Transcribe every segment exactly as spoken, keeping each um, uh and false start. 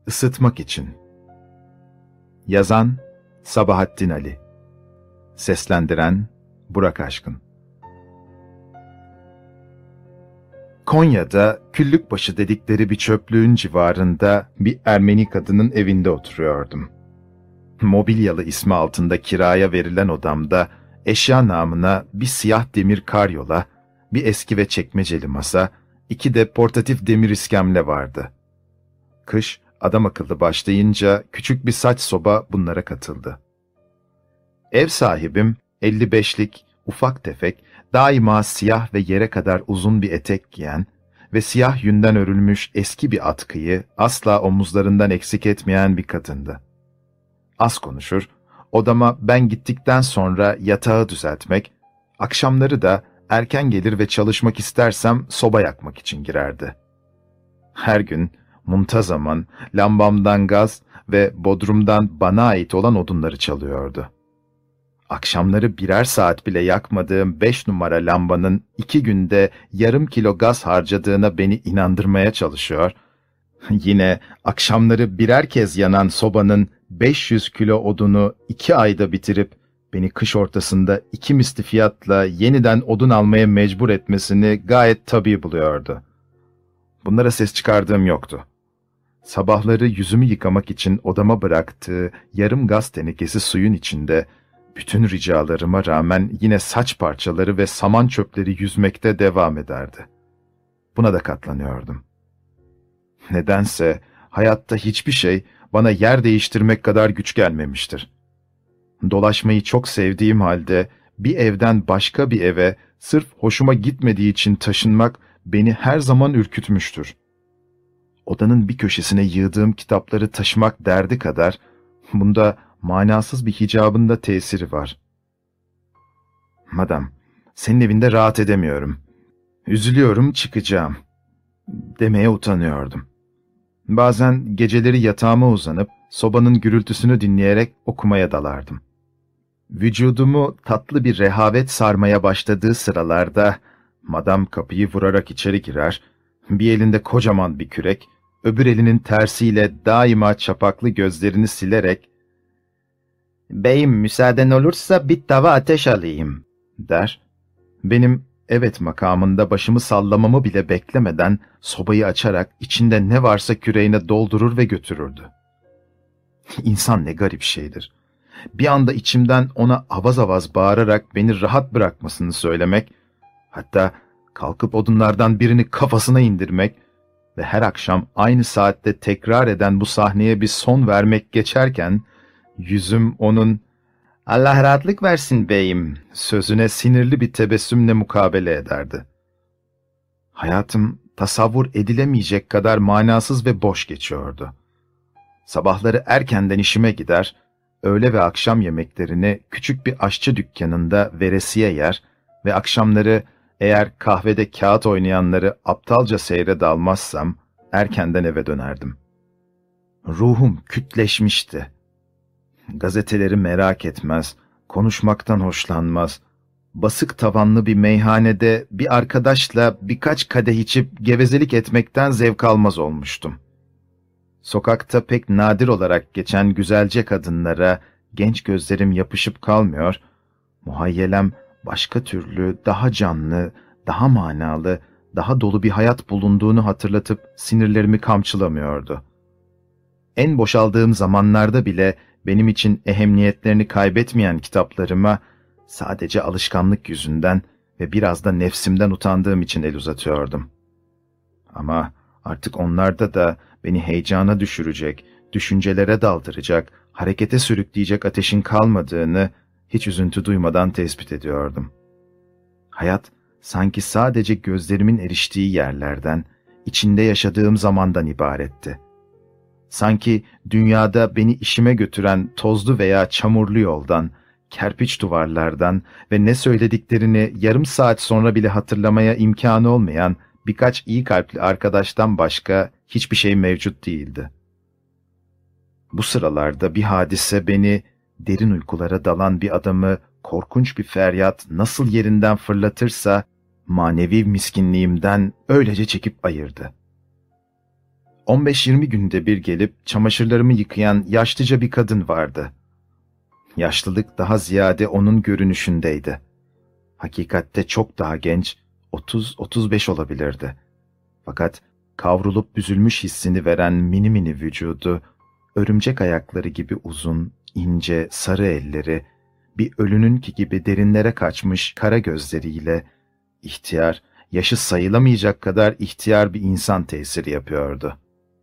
Isıtmak için. Yazan Sabahattin Ali. Seslendiren Burak Aşkın. Konya'da Küllükbaşı dedikleri bir çöplüğün civarında bir Ermeni kadının evinde oturuyordum. Mobilyalı ismi altında kiraya verilen odamda eşya namına bir siyah demir karyola, bir eski ve çekmeceli masa, iki de portatif demir iskemle vardı. Kış adam akıllı başlayınca küçük bir saç soba bunlara katıldı. Ev sahibim elli beşlik, ufak tefek, daima siyah ve yere kadar uzun bir etek giyen ve siyah yünden örülmüş eski bir atkıyı asla omuzlarından eksik etmeyen bir kadındı. Az konuşur, odama ben gittikten sonra yatağı düzeltmek, akşamları da erken gelir ve çalışmak istersem soba yakmak için girerdi. Her gün muntazaman lambamdan gaz ve bodrumdan bana ait olan odunları çalıyordu. Akşamları birer saat bile yakmadığım beş numara lambanın iki günde yarım kilo gaz harcadığına beni inandırmaya çalışıyor, yine akşamları birer kez yanan sobanın beş yüz kilo odunu iki ayda bitirip beni kış ortasında iki misli fiyatla yeniden odun almaya mecbur etmesini gayet tabii buluyordu. Bunlara ses çıkardığım yoktu. Sabahları yüzümü yıkamak için odama bıraktığı yarım gaz tenekesi suyun içinde bütün ricalarıma rağmen yine saç parçaları ve saman çöpleri yüzmekte devam ederdi. Buna da katlanıyordum. Nedense hayatta hiçbir şey bana yer değiştirmek kadar güç gelmemiştir. Dolaşmayı çok sevdiğim halde bir evden başka bir eve sırf hoşuma gitmediği için taşınmak beni her zaman ürkütmüştür. Odanın bir köşesine yığdığım kitapları taşımak derdi kadar bunda manasız bir hicabın da tesiri var. Madam, senin evinde rahat edemiyorum. Üzülüyorum, çıkacağım demeye utanıyordum. Bazen geceleri yatağıma uzanıp sobanın gürültüsünü dinleyerek okumaya dalardım. Vücudumu tatlı bir rehavet sarmaya başladığı sıralarda madam kapıyı vurarak içeri girer, bir elinde kocaman bir kürek, öbür elinin tersiyle daima çapaklı gözlerini silerek "Beyim, müsaaden olursa bir tava ateş alayım," der. Benim evet makamında başımı sallamamı bile beklemeden sobayı açarak içinde ne varsa küreğine doldurur ve götürürdü. İnsan ne garip şeydir. Bir anda içimden ona avaz avaz bağırarak beni rahat bırakmasını söylemek, hatta kalkıp odunlardan birini kafasına indirmek ve her akşam aynı saatte tekrar eden bu sahneye bir son vermek geçerken, yüzüm onun "Allah rahatlık versin beyim" sözüne sinirli bir tebessümle mukabele ederdi. Hayatım tasavvur edilemeyecek kadar manasız ve boş geçiyordu. Sabahları erkenden işime gider, öğle ve akşam yemeklerini küçük bir aşçı dükkanında veresiye yer ve akşamları eğer kahvede kağıt oynayanları aptalca seyre dalmazsam erkenden eve dönerdim. Ruhum kütleşmişti. Gazeteleri merak etmez, konuşmaktan hoşlanmaz, basık tavanlı bir meyhanede bir arkadaşla birkaç kadeh içip gevezelik etmekten zevk almaz olmuştum. Sokakta pek nadir olarak geçen güzelce kadınlara genç gözlerim yapışıp kalmıyor, muhayyelem başka türlü, daha canlı, daha manalı, daha dolu bir hayat bulunduğunu hatırlatıp sinirlerimi kamçılamıyordu. En boşaldığım zamanlarda bile benim için ehemmiyetlerini kaybetmeyen kitaplarıma sadece alışkanlık yüzünden ve biraz da nefsimden utandığım için el uzatıyordum. Ama artık onlarda da beni heyecana düşürecek, düşüncelere daldıracak, harekete sürükleyecek ateşin kalmadığını hiç üzüntü duymadan tespit ediyordum. Hayat sanki sadece gözlerimin eriştiği yerlerden, içinde yaşadığım zamandan ibaretti. Sanki dünyada beni işime götüren tozlu veya çamurlu yoldan, kerpiç duvarlardan ve ne söylediklerini yarım saat sonra bile hatırlamaya imkanı olmayan birkaç iyi kalpli arkadaştan başka hiçbir şey mevcut değildi. Bu sıralarda bir hadise beni, derin uykulara dalan bir adamı korkunç bir feryat nasıl yerinden fırlatırsa, manevi miskinliğimden öylece çekip ayırdı. on beş yirmi günde bir gelip çamaşırlarımı yıkayan yaşlıca bir kadın vardı. Yaşlılık daha ziyade onun görünüşündeydi. Hakikatte çok daha genç, otuz otuz beş olabilirdi. Fakat kavrulup büzülmüş hissini veren mini mini vücudu, örümcek ayakları gibi uzun, ince, sarı elleri, bir ölününki gibi derinlere kaçmış kara gözleriyle, ihtiyar, yaşı sayılamayacak kadar ihtiyar bir insan tesiri yapıyordu.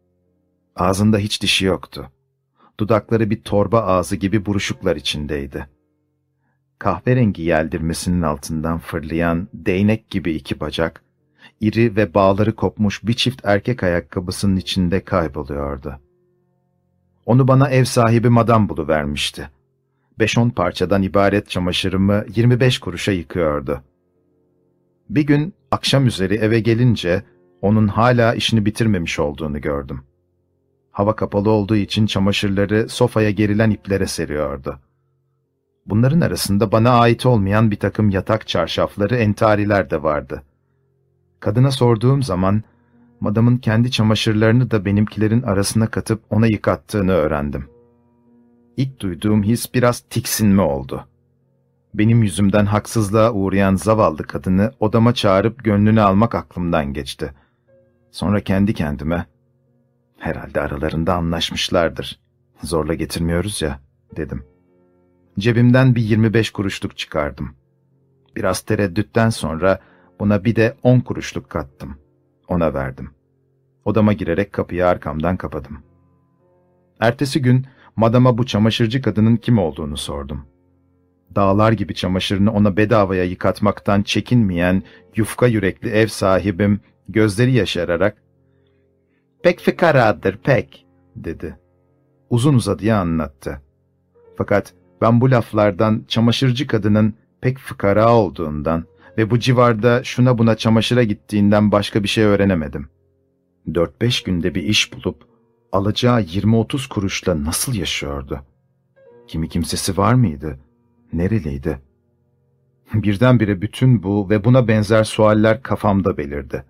Ağzında hiç dişi yoktu. Dudakları bir torba ağzı gibi buruşuklar içindeydi. Kahverengi yeldirmesinin altından fırlayan değnek gibi iki bacak, iri ve bağları kopmuş bir çift erkek ayakkabısının içinde kayboluyordu. Onu bana ev sahibi madam buluvermişti. Beş on parçadan ibaret çamaşırımı yirmi beş kuruşa yıkıyordu. Bir gün akşam üzeri eve gelince onun hala işini bitirmemiş olduğunu gördüm. Hava kapalı olduğu için çamaşırları sofaya gerilen iplere seriyordu. Bunların arasında bana ait olmayan bir takım yatak çarşafları, entariler de vardı. Kadına sorduğum zaman, madamın kendi çamaşırlarını da benimkilerin arasına katıp ona yıkattığını öğrendim. İlk duyduğum his biraz tiksinme oldu. Benim yüzümden haksızlığa uğrayan zavallı kadını odama çağırıp gönlünü almak aklımdan geçti. Sonra kendi kendime, herhalde aralarında anlaşmışlardır. Zorla getirmiyoruz ya, dedim. Cebimden bir yirmi beş kuruşluk çıkardım. Biraz tereddütten sonra buna bir de on kuruşluk kattım. Ona verdim. Odama girerek kapıyı arkamdan kapadım. Ertesi gün madama bu çamaşırcı kadının kim olduğunu sordum. Dağlar gibi çamaşırını ona bedavaya yıkatmaktan çekinmeyen yufka yürekli ev sahibim gözleri yaşararak "Pek fıkaradır, pek," dedi. Uzun uzadıya anlattı. Fakat ben bu laflardan çamaşırcı kadının pek fıkara olduğundan ve bu civarda şuna buna çamaşıra gittiğinden başka bir şey öğrenemedim. Dört beş günde bir iş bulup alacağı yirmi otuz kuruşla nasıl yaşıyordu? Kimi kimsesi var mıydı? Nereliydi? Birdenbire bütün bu ve buna benzer sualler kafamda belirdi.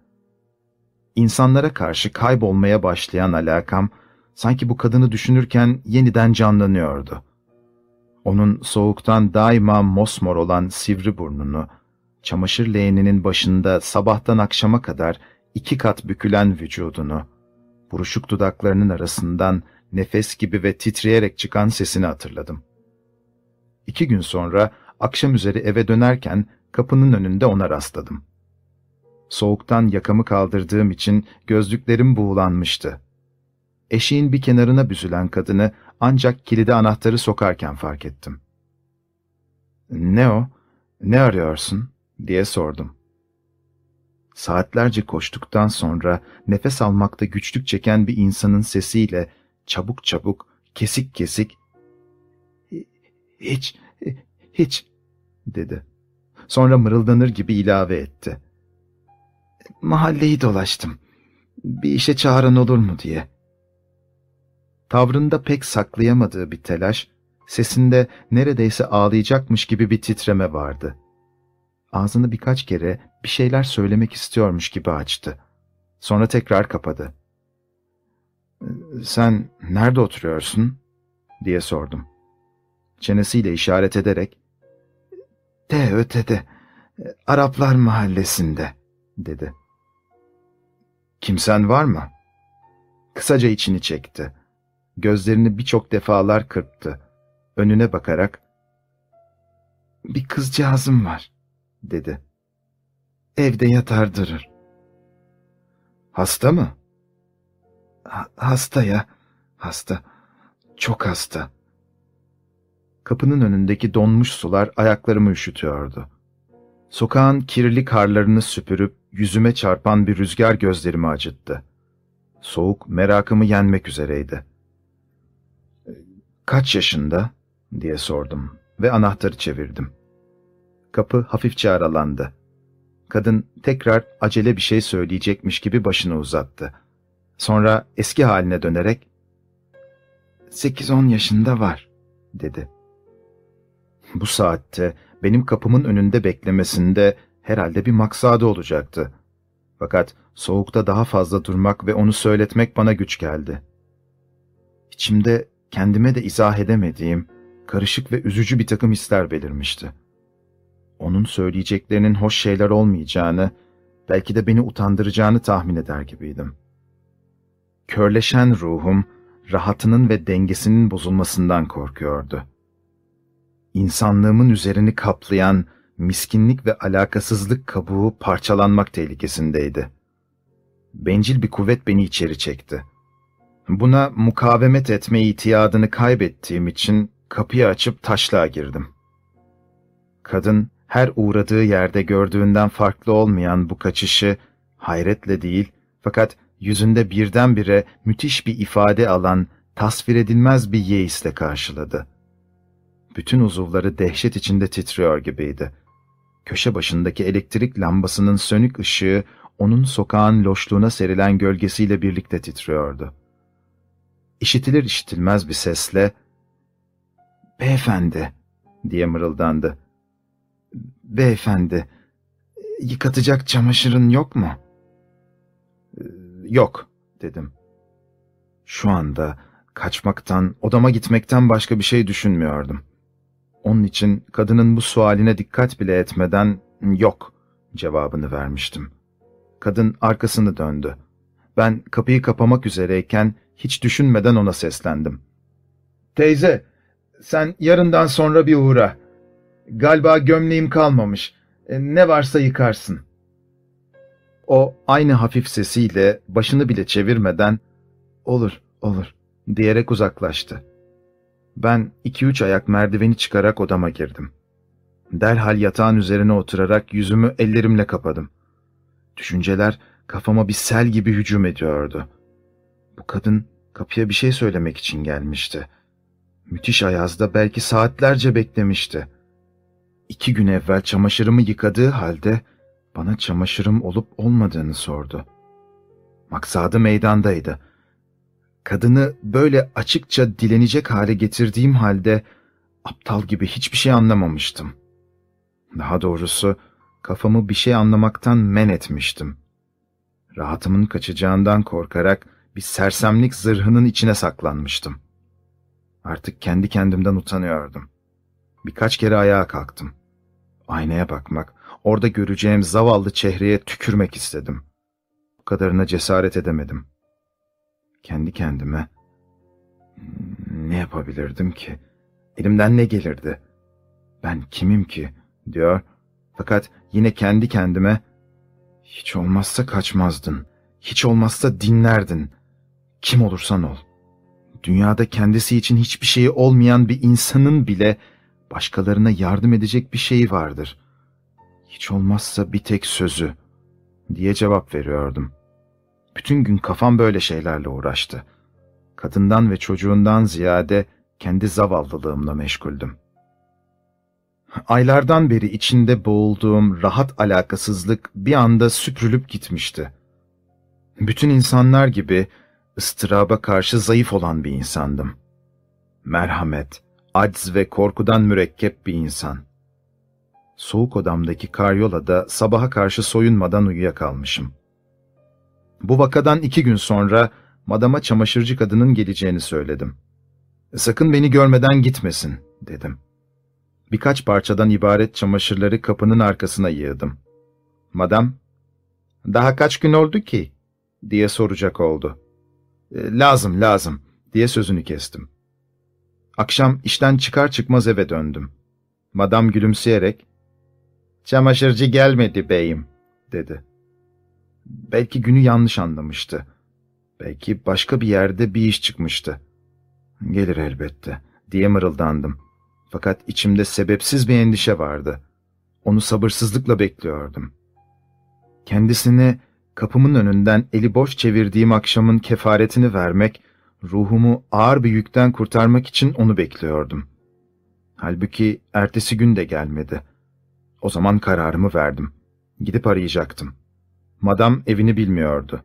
İnsanlara karşı kaybolmaya başlayan alakam, sanki bu kadını düşünürken yeniden canlanıyordu. Onun soğuktan daima mosmor olan sivri burnunu, çamaşır leğeninin başında sabahtan akşama kadar iki kat bükülen vücudunu, buruşuk dudaklarının arasından nefes gibi ve titreyerek çıkan sesini hatırladım. İki gün sonra akşam üzeri eve dönerken kapının önünde ona rastladım. Soğuktan yakamı kaldırdığım için gözlüklerim buğulanmıştı. Eşiğin bir kenarına büzülen kadını ancak kilide anahtarı sokarken fark ettim. "Ne o? Ne arıyorsun?" diye sordum. Saatlerce koştuktan sonra nefes almakta güçlük çeken bir insanın sesiyle çabuk çabuk, kesik kesik "Hiç, hiç," dedi. Sonra mırıldanır gibi ilave etti. "Mahalleyi dolaştım. Bir işe çağıran olur mu diye." Tavrında pek saklayamadığı bir telaş, sesinde neredeyse ağlayacakmış gibi bir titreme vardı. Ağzını birkaç kere bir şeyler söylemek istiyormuş gibi açtı. Sonra tekrar kapadı. "Sen nerede oturuyorsun?" diye sordum. Çenesiyle işaret ederek, "De ötede, Araplar mahallesinde," dedi. "Kimsen var mı?" Kısaca içini çekti. Gözlerini birçok defalar kırptı. Önüne bakarak, "Bir kızcağızım var," dedi. "Evde yatar durur." "Hasta mı?" Ha, "Hasta ya, hasta. Çok hasta." Kapının önündeki donmuş sular ayaklarımı üşütüyordu. Sokağın kirli karlarını süpürüp yüzüme çarpan bir rüzgar gözlerimi acıttı. Soğuk merakımı yenmek üzereydi. "Kaç yaşında?" diye sordum ve anahtarı çevirdim. Kapı hafifçe aralandı. Kadın tekrar acele bir şey söyleyecekmiş gibi başını uzattı. Sonra eski haline dönerek, "Sekiz on yaşında var," dedi. Bu saatte benim kapımın önünde beklemesinde herhalde bir maksadı olacaktı. Fakat soğukta daha fazla durmak ve onu söyletmek bana güç geldi. İçimde kendime de izah edemediğim, karışık ve üzücü bir takım hisler belirmişti. Onun söyleyeceklerinin hoş şeyler olmayacağını, belki de beni utandıracağını tahmin eder gibiydim. Körleşen ruhum, rahatının ve dengesinin bozulmasından korkuyordu. İnsanlığımın üzerini kaplayan miskinlik ve alakasızlık kabuğu parçalanmak tehlikesindeydi. Bencil bir kuvvet beni içeri çekti. Buna mukavemet etme itiyadını kaybettiğim için kapıyı açıp taşlığa girdim. Kadın, her uğradığı yerde gördüğünden farklı olmayan bu kaçışı hayretle değil, fakat yüzünde birdenbire müthiş bir ifade alan, tasvir edilmez bir yeisle karşıladı. Bütün uzuvları dehşet içinde titriyor gibiydi. Köşe başındaki elektrik lambasının sönük ışığı, onun sokağın loşluğuna serilen gölgesiyle birlikte titriyordu. İşitilir işitilmez bir sesle, "Beyefendi," diye mırıldandı. "Beyefendi, yıkatacak çamaşırın yok mu?" "Yok," dedim. Şu anda kaçmaktan, odama gitmekten başka bir şey düşünmüyordum. Onun için kadının bu sualine dikkat bile etmeden "yok" cevabını vermiştim. Kadın arkasını döndü. Ben kapıyı kapamak üzereyken hiç düşünmeden ona seslendim. "Teyze, sen yarından sonra bir uğra. Galiba gömleğim kalmamış. Ne varsa yıkarsın." O aynı hafif sesiyle başını bile çevirmeden "olur, olur" diyerek uzaklaştı. Ben iki üç ayak merdiveni çıkarak odama girdim. Derhal yatağın üzerine oturarak yüzümü ellerimle kapadım. Düşünceler kafama bir sel gibi hücum ediyordu. Bu kadın kapıya bir şey söylemek için gelmişti. Müthiş ayazda belki saatlerce beklemişti. İki gün evvel çamaşırımı yıkadığı halde bana çamaşırım olup olmadığını sordu. Maksadı meydandaydı. Kadını böyle açıkça dilenecek hale getirdiğim halde aptal gibi hiçbir şey anlamamıştım. Daha doğrusu kafamı bir şey anlamaktan men etmiştim. Rahatımın kaçacağından korkarak bir sersemlik zırhının içine saklanmıştım. Artık kendi kendimden utanıyordum. Birkaç kere ayağa kalktım. Aynaya bakmak, orada göreceğim zavallı çehreye tükürmek istedim. Bu kadarına cesaret edemedim. Kendi kendime, "Ne yapabilirdim ki? Elimden ne gelirdi? Ben kimim ki?" diyor. Fakat yine kendi kendime, "Hiç olmazsa kaçmazdın. Hiç olmazsa dinlerdin. Kim olursan ol. Dünyada kendisi için hiçbir şeyi olmayan bir insanın bile başkalarına yardım edecek bir şeyi vardır. Hiç olmazsa bir tek sözü," diye cevap veriyordum. Bütün gün kafam böyle şeylerle uğraştı. Kadından ve çocuğundan ziyade kendi zavallılığımla meşguldüm. Aylardan beri içinde boğulduğum rahat alakasızlık bir anda süpürülüp gitmişti. Bütün insanlar gibi ıstıraba karşı zayıf olan bir insandım. Merhamet, acz ve korkudan mürekkep bir insan. Soğuk odamdaki karyolada sabaha karşı soyunmadan uyuyakalmışım. Bu vakadan iki gün sonra madama çamaşırcı kadının geleceğini söyledim. "Sakın beni görmeden gitmesin," dedim. Birkaç parçadan ibaret çamaşırları kapının arkasına yığdım. Madam, "Daha kaç gün oldu ki?" diye soracak oldu. E, lazım, lazım diye sözünü kestim. Akşam işten çıkar çıkmaz eve döndüm. Madam gülümseyerek, "Çamaşırcı gelmedi beyim," dedi. Belki günü yanlış anlamıştı. Belki başka bir yerde bir iş çıkmıştı. "Gelir elbette," diye mırıldandım. Fakat içimde sebepsiz bir endişe vardı. Onu sabırsızlıkla bekliyordum. Kendisini kapımın önünden eli boş çevirdiğim akşamın kefaretini vermek, ruhumu ağır bir yükten kurtarmak için onu bekliyordum. Halbuki ertesi gün de gelmedi. O zaman kararımı verdim. Gidip arayacaktım. Madam evini bilmiyordu.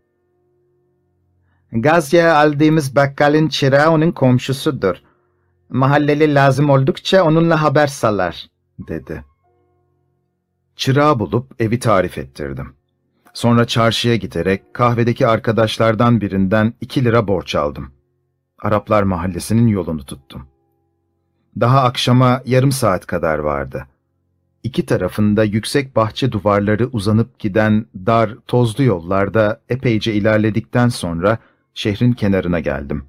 "Gaz yağı aldığımız bakkalın çırağı onun komşusudur. Mahalleli lazım oldukça onunla haber salar," dedi. Çırağı bulup evi tarif ettirdim. Sonra çarşıya giderek kahvedeki arkadaşlardan birinden iki lira borç aldım. Araplar Mahallesi'nin yolunu tuttum. Daha akşama yarım saat kadar vardı. İki tarafında yüksek bahçe duvarları uzanıp giden dar, tozlu yollarda epeyce ilerledikten sonra şehrin kenarına geldim.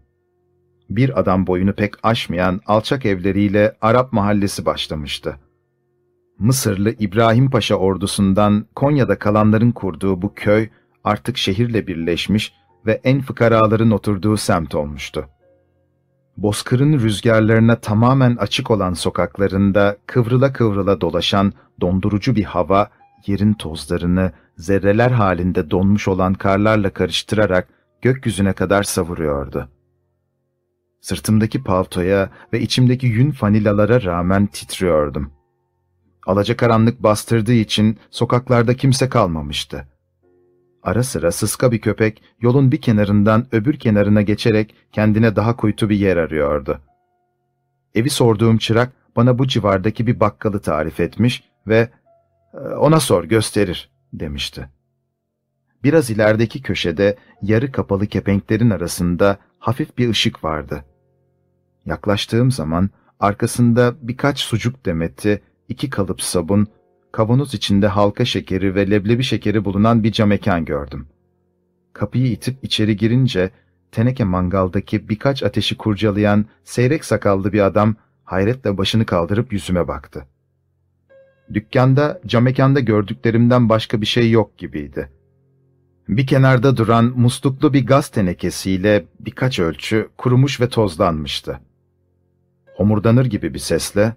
Bir adam boyunu pek aşmayan alçak evleriyle Arap mahallesi başlamıştı. Mısırlı İbrahim Paşa ordusundan Konya'da kalanların kurduğu bu köy artık şehirle birleşmiş ve en fıkaraların oturduğu semt olmuştu. Bozkır'ın rüzgarlarına tamamen açık olan sokaklarında kıvrıla kıvrıla dolaşan dondurucu bir hava, yerin tozlarını zerreler halinde donmuş olan karlarla karıştırarak gökyüzüne kadar savuruyordu. Sırtımdaki paltoya ve içimdeki yün fanilalara rağmen titriyordum. Alacakaranlık bastırdığı için sokaklarda kimse kalmamıştı. Ara sıra sıska bir köpek yolun bir kenarından öbür kenarına geçerek kendine daha kuytu bir yer arıyordu. Evi sorduğum çırak bana bu civardaki bir bakkalı tarif etmiş ve "Ona sor, gösterir," demişti. Biraz ilerideki köşede yarı kapalı kepenklerin arasında hafif bir ışık vardı. Yaklaştığım zaman arkasında birkaç sucuk demeti, iki kalıp sabun, kavanoz içinde halka şekeri ve leblebi şekeri bulunan bir camekan gördüm. Kapıyı itip içeri girince teneke mangaldaki birkaç ateşi kurcalayan seyrek sakallı bir adam hayretle başını kaldırıp yüzüme baktı. Dükkanda, camekanda gördüklerimden başka bir şey yok gibiydi. Bir kenarda duran musluklu bir gaz tenekesiyle birkaç ölçü kurumuş ve tozlanmıştı. Homurdanır gibi bir sesle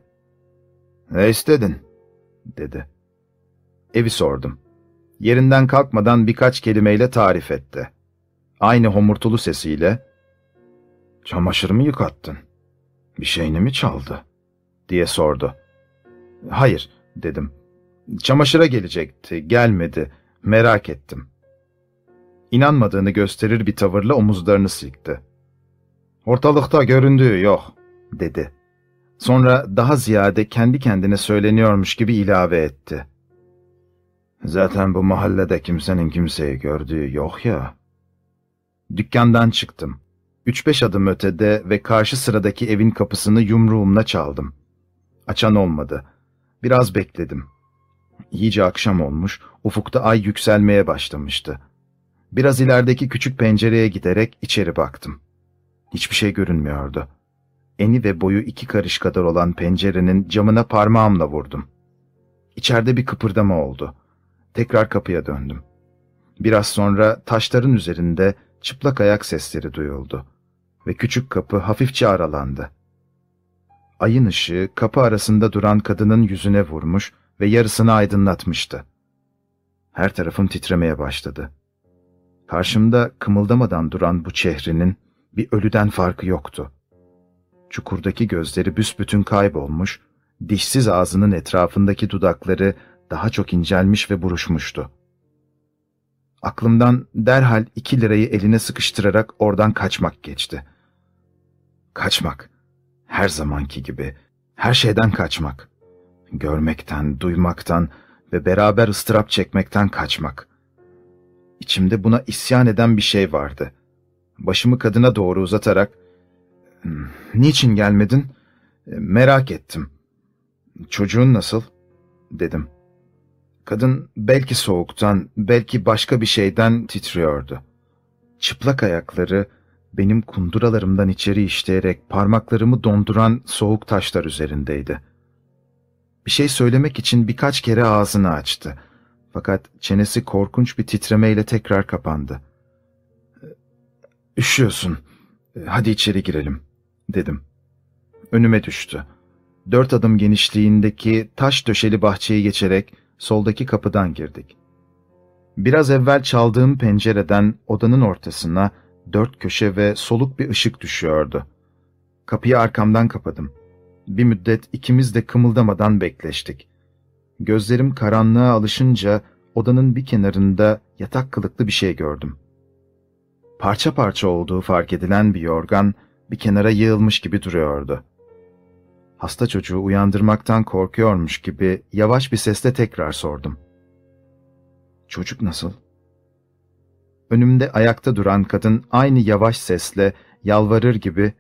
"Ne istedin?" dedi. Evi sordum. Yerinden kalkmadan birkaç kelimeyle tarif etti. Aynı homurtulu sesiyle "Çamaşırımı yıkattın? Bir şeyini mi çaldı?" diye sordu. "Hayır," dedim. "Çamaşıra gelecekti, gelmedi. Merak ettim." İnanmadığını gösterir bir tavırla omuzlarını silkti. "Ortalıkta göründüğü yok," dedi. Sonra daha ziyade kendi kendine söyleniyormuş gibi ilave etti. "Zaten bu mahallede kimsenin kimseyi gördüğü yok ya." Dükkandan çıktım. Üç beş adım ötede ve karşı sıradaki evin kapısını yumruğumla çaldım. Açan olmadı. Biraz bekledim. İyice akşam olmuş, ufukta ay yükselmeye başlamıştı. Biraz ilerideki küçük pencereye giderek içeri baktım. Hiçbir şey görünmüyordu. Eni ve boyu iki karış kadar olan pencerenin camına parmağımla vurdum. İçeride bir kıpırdama oldu. Tekrar kapıya döndüm. Biraz sonra taşların üzerinde çıplak ayak sesleri duyuldu ve küçük kapı hafifçe aralandı. Ayın ışığı kapı arasında duran kadının yüzüne vurmuş ve yarısını aydınlatmıştı. Her tarafım titremeye başladı. Karşımda kımıldamadan duran bu çehrenin bir ölüden farkı yoktu. Çukurdaki gözleri büsbütün kaybolmuş, dişsiz ağzının etrafındaki dudakları daha çok incelmiş ve buruşmuştu. Aklımdan derhal iki lirayı eline sıkıştırarak oradan kaçmak geçti. Kaçmak, her zamanki gibi, her şeyden kaçmak. Görmekten, duymaktan ve beraber ıstırap çekmekten kaçmak. İçimde buna isyan eden bir şey vardı. Başımı kadına doğru uzatarak, "Niçin gelmedin? Merak ettim. Çocuğun nasıl?" dedim. Kadın belki soğuktan, belki başka bir şeyden titriyordu. Çıplak ayakları benim kunduralarımdan içeri işleyerek parmaklarımı donduran soğuk taşlar üzerindeydi. Bir şey söylemek için birkaç kere ağzını açtı. Fakat çenesi korkunç bir titremeyle tekrar kapandı. "Üşüyorsun. Hadi içeri girelim," dedim. Önüme düştü. Dört adım genişliğindeki taş döşeli bahçeyi geçerek soldaki kapıdan girdik. Biraz evvel çaldığım pencereden odanın ortasına dört köşe ve soluk bir ışık düşüyordu. Kapıyı arkamdan kapadım. Bir müddet ikimiz de kımıldamadan bekleştik. Gözlerim karanlığa alışınca odanın bir kenarında yatak kılıklı bir şey gördüm. Parça parça olduğu fark edilen bir yorgan bir kenara yığılmış gibi duruyordu. Hasta çocuğu uyandırmaktan korkuyormuş gibi yavaş bir sesle tekrar sordum. "Çocuk nasıl?" önümde ayakta duran kadın aynı yavaş sesle yalvarır gibi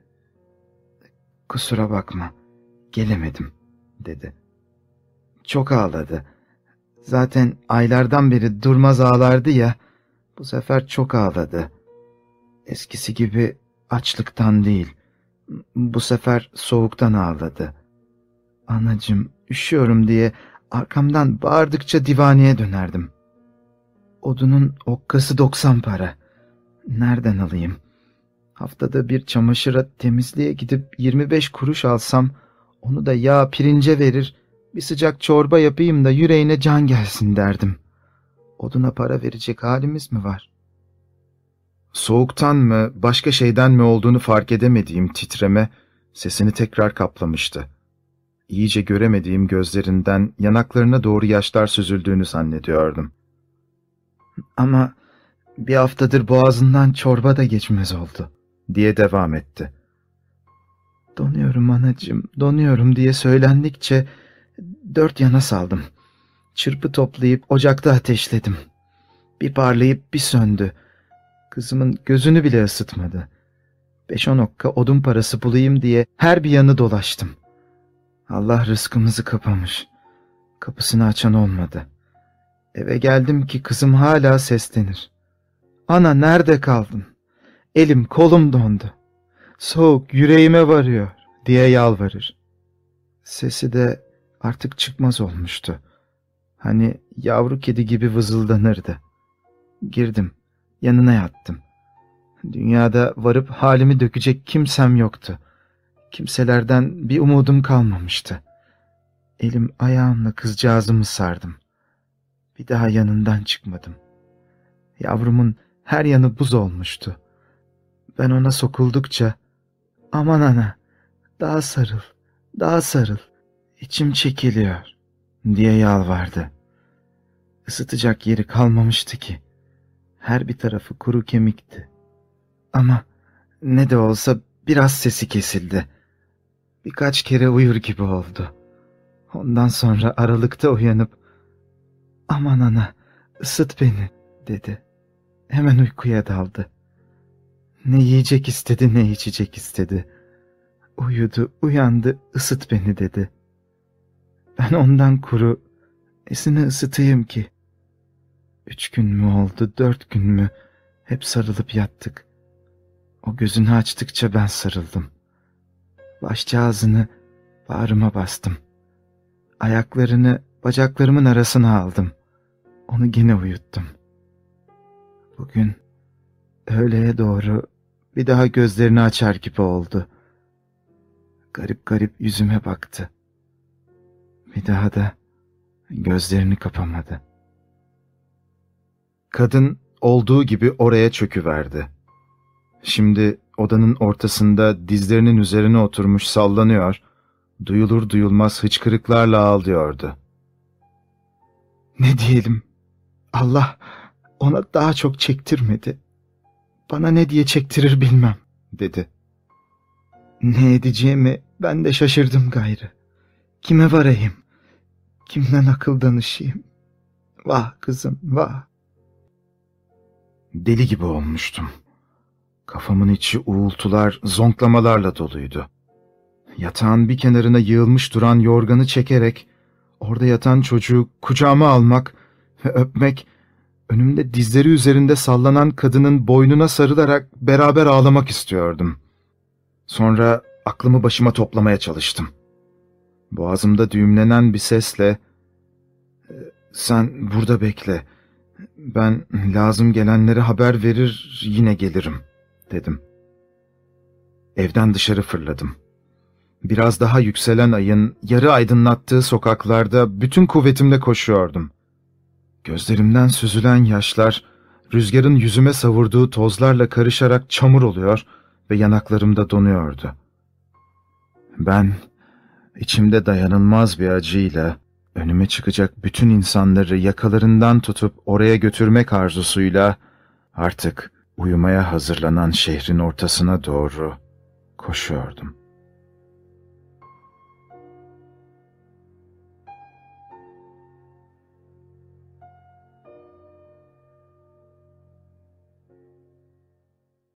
"Kusura bakma, gelemedim," dedi. Çok ağladı. Zaten aylardan beri durmaz ağlardı ya, bu sefer çok ağladı. Eskisi gibi açlıktan değil, bu sefer soğuktan ağladı. "Anacığım, üşüyorum," diye arkamdan bağırdıkça divaneye dönerdim. Odunun okkası doksan para. Nereden alayım? Haftada bir çamaşıra, temizliğe gidip yirmi beş kuruş alsam, onu da yağ pirince verir, bir sıcak çorba yapayım da yüreğine can gelsin derdim. Oduna para verecek halimiz mi var? Soğuktan mı, başka şeyden mi olduğunu fark edemediğim titreme sesini tekrar kaplamıştı. İyice göremediğim gözlerinden yanaklarına doğru yaşlar süzüldüğünü zannediyordum. "Ama bir haftadır boğazından çorba da geçmez oldu," diye devam etti. "Donuyorum anacığım, donuyorum," diye söylendikçe dört yana saldım. Çırpı toplayıp ocakta ateşledim. Bir parlayıp bir söndü. Kızımın gözünü bile ısıtmadı. Beş on okka odun parası bulayım diye her bir yanı dolaştım. Allah rızkımızı kapamış. Kapısını açan olmadı. Eve geldim ki kızım hala seslenir. "Ana, nerede kaldın? Elim kolum dondu. Soğuk yüreğime varıyor," diye yalvarır. Sesi de artık çıkmaz olmuştu. Hani yavru kedi gibi vızıldanırdı. Girdim, yanına yattım. Dünyada varıp halimi dökecek kimsem yoktu. Kimselerden bir umudum kalmamıştı. Elim ayağımla kızcağızımı sardım. Bir daha yanından çıkmadım. Yavrumun her yanı buz olmuştu. Ben ona sokuldukça, "Aman ana, daha sarıl, daha sarıl, içim çekiliyor," diye yalvardı. Isıtacak yeri kalmamıştı ki. Her bir tarafı kuru kemikti. Ama ne de olsa biraz sesi kesildi. Birkaç kere uyur gibi oldu. Ondan sonra aralıkta uyanıp, "Aman ana, ısıt beni," dedi. Hemen uykuya daldı. Ne yiyecek istedi, ne içecek istedi. Uyudu, uyandı, "Isıt beni," dedi. Ben ondan kuru, nesini ısıtayım ki? Üç gün mü oldu, dört gün mü? Hep sarılıp yattık. O gözünü açtıkça ben sarıldım. Başcağızını bağrıma bastım. Ayaklarını bacaklarımın arasına aldım. Onu gene uyuttum. Bugün öğleye doğru bir daha gözlerini açar gibi oldu. Garip garip yüzüme baktı. Bir daha da gözlerini kapamadı. Kadın olduğu gibi oraya çöküverdi. Şimdi odanın ortasında dizlerinin üzerine oturmuş sallanıyor, duyulur duyulmaz hıçkırıklarla ağlıyordu. Ne diyelim? Allah ona daha çok çektirmedi. Bana ne diye çektirir bilmem, dedi. Ne edeceğimi ben de şaşırdım gayrı. Kime varayım? Kimden akıl danışayım? Vah kızım, vah. Deli gibi olmuştum. Kafamın içi uğultular, zonklamalarla doluydu. Yatağın bir kenarına yığılmış duran yorganı çekerek, orada yatan çocuğu kucağıma almak ve öpmek, önümde dizleri üzerinde sallanan kadının boynuna sarılarak beraber ağlamak istiyordum. Sonra aklımı başıma toplamaya çalıştım. Boğazımda düğümlenen bir sesle, "Sen burada bekle, ben lazım gelenlere haber verir yine gelirim," dedim. Evden dışarı fırladım. Biraz daha yükselen ayın yarı aydınlattığı sokaklarda bütün kuvvetimle koşuyordum. Gözlerimden süzülen yaşlar, rüzgarın yüzüme savurduğu tozlarla karışarak çamur oluyor ve yanaklarımda donuyordu. Ben, içimde dayanılmaz bir acıyla, önüme çıkacak bütün insanları yakalarından tutup oraya götürmek arzusuyla, artık uyumaya hazırlanan şehrin ortasına doğru koşuyordum.